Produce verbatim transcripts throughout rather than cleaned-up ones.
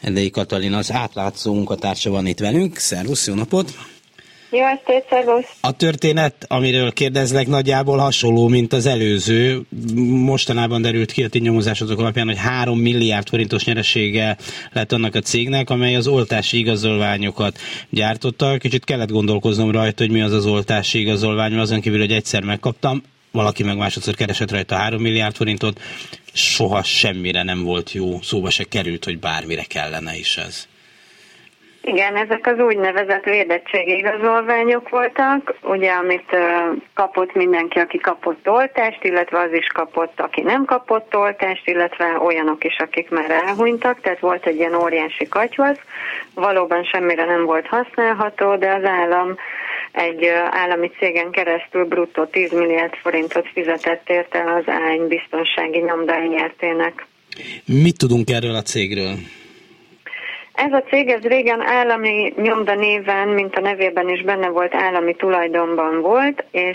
Erdei Katalin, az átlátszó munkatársa van itt velünk. Szervusz, jó napot! Jó estét, szervusz! A történet, amiről kérdezlek, nagyjából hasonló, mint az előző. Mostanában derült ki a ténynyomozások alapján, hogy három milliárd forintos nyeresége lett annak a cégnek, amely az oltási igazolványokat gyártotta. Kicsit kellett gondolkoznom rajta, hogy mi az az oltási igazolvány, mert azon kívül, hogy egyszer megkaptam, valaki meg másodszor keresett rajta három milliárd forintot, soha semmire nem volt jó, szóba se került, hogy bármire kellene is ez. Igen, ezek az úgynevezett védettségi igazolványok voltak, ugye, amit kapott mindenki, aki kapott oltást, illetve az is kapott, aki nem kapott oltást, illetve olyanok is, akik már elhunytak, tehát volt egy ilyen óriási katyvasz, valóban semmire nem volt használható, de az állam egy állami cégen keresztül bruttó tíz milliárd forintot fizetett érte az ány biztonsági nyomda nyertének. Mit tudunk erről a cégről? Ez a cég, ez régen állami nyomda néven, mint a nevében is benne volt, állami tulajdonban volt, és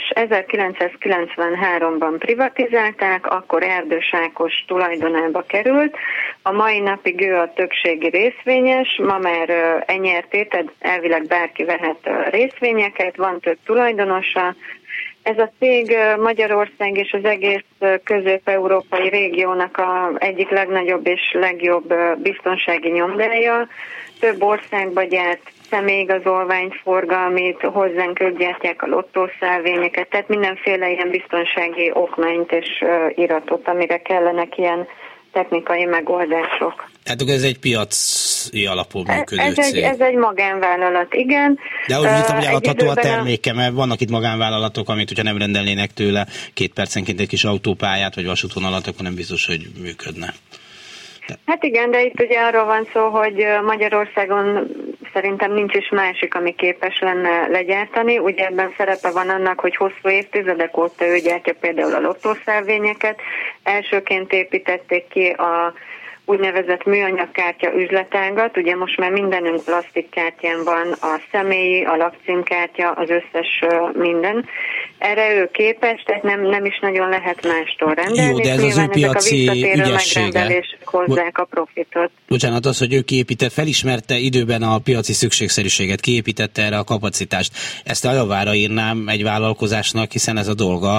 ezerkilencszázkilencvenháromban privatizálták, akkor Erdős Ákos tulajdonába került. A mai napig ő a többségi részvényes, ma már enyerté, tehát elvileg bárki vehet részvényeket, van több tulajdonosa. Ez a cég Magyarország és az egész közép-európai régiónak a egyik legnagyobb és legjobb biztonsági nyomdája. Több országba gyárt személyigazolványt, forgalmit, hozzánk ők gyártják a lottószelvényeket, tehát mindenféle ilyen biztonsági okmányt és iratot, amire kellenek ilyen technikai megoldások. Tehát ez egy piaci alapú működő ez cég. Egy, ez egy magánvállalat, igen. De úgy hittem, hogy eladható a időben terméke, mert vannak itt magánvállalatok, amit hogyha nem rendelnének tőle két percenként egy kis autópályát, vagy vasútvonalat, akkor nem biztos, hogy működne. De... Hát igen, de itt ugye arról van szó, hogy Magyarországon szerintem nincs is másik, ami képes lenne legyártani. Ugye ebben szerepe van annak, hogy hosszú évtizedek óta ő gyártja például a lottószelvényeket. Elsőként építették ki a úgynevezett műanyagkártya üzletágat, ugye most már mindenünk plastikkártyán van, a személyi, a lakcímkártya, az összes minden. Erre ő képes, tehát nem, nem is nagyon lehet mástól rendelni. Jó, de ez az ő piaci ügyessége. Hozzák a profitot. Bocsánat, az, hogy ő kiépített, felismerte időben a piaci szükségszerűséget, kiépítette erre a kapacitást. Ezt a javára írnám egy vállalkozásnak, hiszen ez a dolga,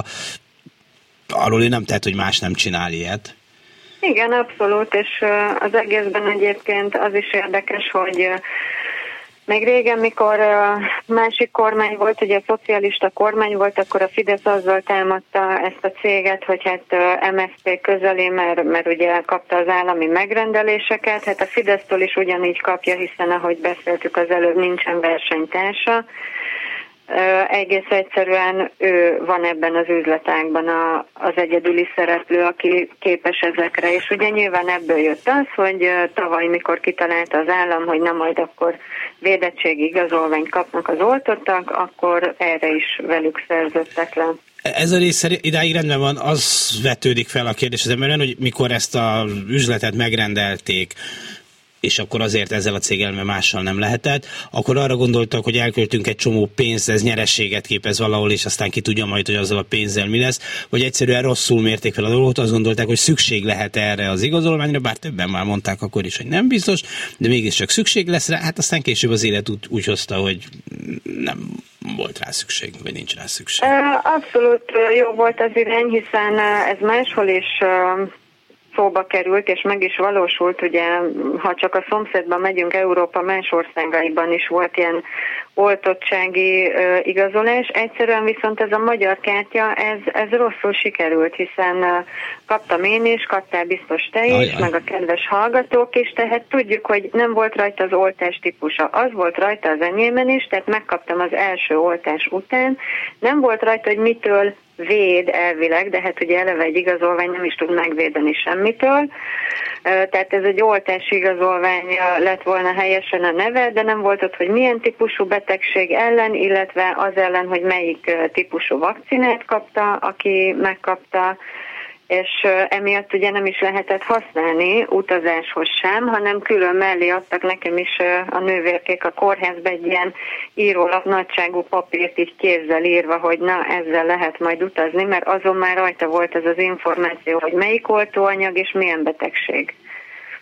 arról ő nem tehet, hogy más nem csinál ilyet. Igen, abszolút, és az egészben egyébként az is érdekes, hogy még régen, mikor másik kormány volt, ugye a szocialista kormány volt, akkor a Fidesz azzal támadta ezt a céget, hogy hát em es zé közeli, mert, mert ugye kapta az állami megrendeléseket, hát a Fidesztől is ugyanígy kapja, hiszen ahogy beszéltük az előbb, nincsen versenytársa. Egész egyszerűen ő van ebben az üzletágban a, az egyedüli szereplő, aki képes ezekre, és ugye nyilván ebből jött az, hogy tavaly, mikor kitalálta az állam, hogy na majd akkor védettségi igazolványt kapnak az oltottak, akkor erre is velük szerződtek le. Ez a rész idáig rendben van, az vetődik fel a kérdés az emberen, hogy mikor ezt az üzletet megrendelték, és akkor azért ezzel a céggel, mert mással nem lehetett, akkor arra gondoltak, hogy elköltünk egy csomó pénzt, ez nyereséget képez valahol, és aztán ki tudja majd, hogy azzal a pénzzel mi lesz, vagy egyszerűen rosszul mérték fel a dolgot, azt gondolták, hogy szükség lehet erre az igazolványra, bár többen már mondták akkor is, hogy nem biztos, de mégiscsak szükség lesz rá, hát aztán később az élet úgy, úgy hozta, hogy nem volt rá szükség, vagy nincs rá szükség. Abszolút jó volt az irány, hiszen ez máshol is szóba került, és meg is valósult, ugye, ha csak a szomszédban megyünk, Európa más országaiban is volt ilyen oltottsági uh, igazolás. Egyszerűen viszont ez a magyar kártya, ez, ez rosszul sikerült, hiszen uh, kaptam én is, kaptál biztos te is, Ajaj. meg a kedves hallgatók is, tehát tudjuk, hogy nem volt rajta az oltás típusa. Az volt rajta az enyémen is, tehát megkaptam az első oltás után. Nem volt rajta, hogy mitől véd elvileg, de hát ugye eleve egy igazolvány nem is tud megvédeni semmitől. Tehát ez egy oltási igazolvány lett volna helyesen a neve, de nem volt ott, hogy milyen típusú betegség ellen, illetve az ellen, hogy melyik típusú vakcinát kapta, aki megkapta, és emiatt ugye nem is lehetett használni utazáshoz sem, hanem külön mellé adtak nekem is a nővérkék a kórházba egy ilyen írólap nagyságú papírt így kézzel írva, hogy na, ezzel lehet majd utazni, mert azon már rajta volt ez az információ, hogy melyik oltóanyag és milyen betegség.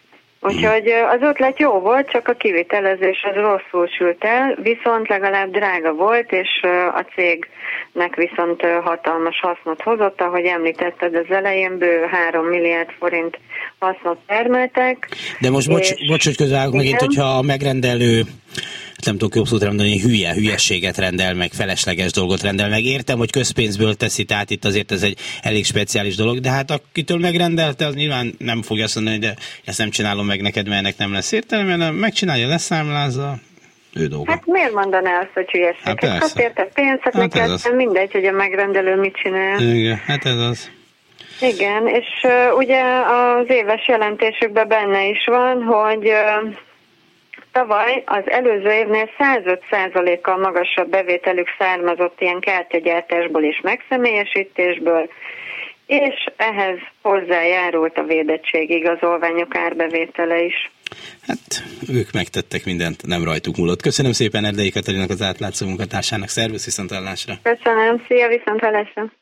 Úgyhogy az ötlet jó volt, csak a kivitelezés az rosszul sült el, viszont legalább drága volt, és a cégnek viszont hatalmas hasznot hozott, ahogy említetted az elején, bő három milliárd forint hasznot termeltek. De most bocs, bocs hogy közvágok megint, hogyha a megrendelő, nem tudok jobb szót mondani, hülye, hülyességet rendel meg, felesleges dolgot rendel meg. Értem, hogy közpénzből teszi, tehát itt azért ez egy elég speciális dolog, de hát akitől megrendelte, az nyilván nem fogja azt mondani, de ezt nem csinálom meg neked, mert ennek nem lesz értelme, hanem megcsinálja, leszámlázza, ő dolga. Hát miért mondaná azt, hogy hülyességet? Hát, hát érted, pénzt, hát neki aztán mindegy, hogy a megrendelő mit csinál. Igen, hát ez az. Igen, és uh, ugye az éves jelentésükben benne is van, hogy uh, tavaly az előző évnél százöt százalékkal magasabb bevételük származott ilyen kártyagyártásból és megszemélyesítésből, és ehhez hozzájárult a védettségigazolványok árbevétele is. Hát ők megtettek mindent, nem rajtuk múlott. Köszönöm szépen Erdei Katalinak, az átlátszó munkatársának. Szervusz, viszonthallásra! Köszönöm, szia, viszonthallásra!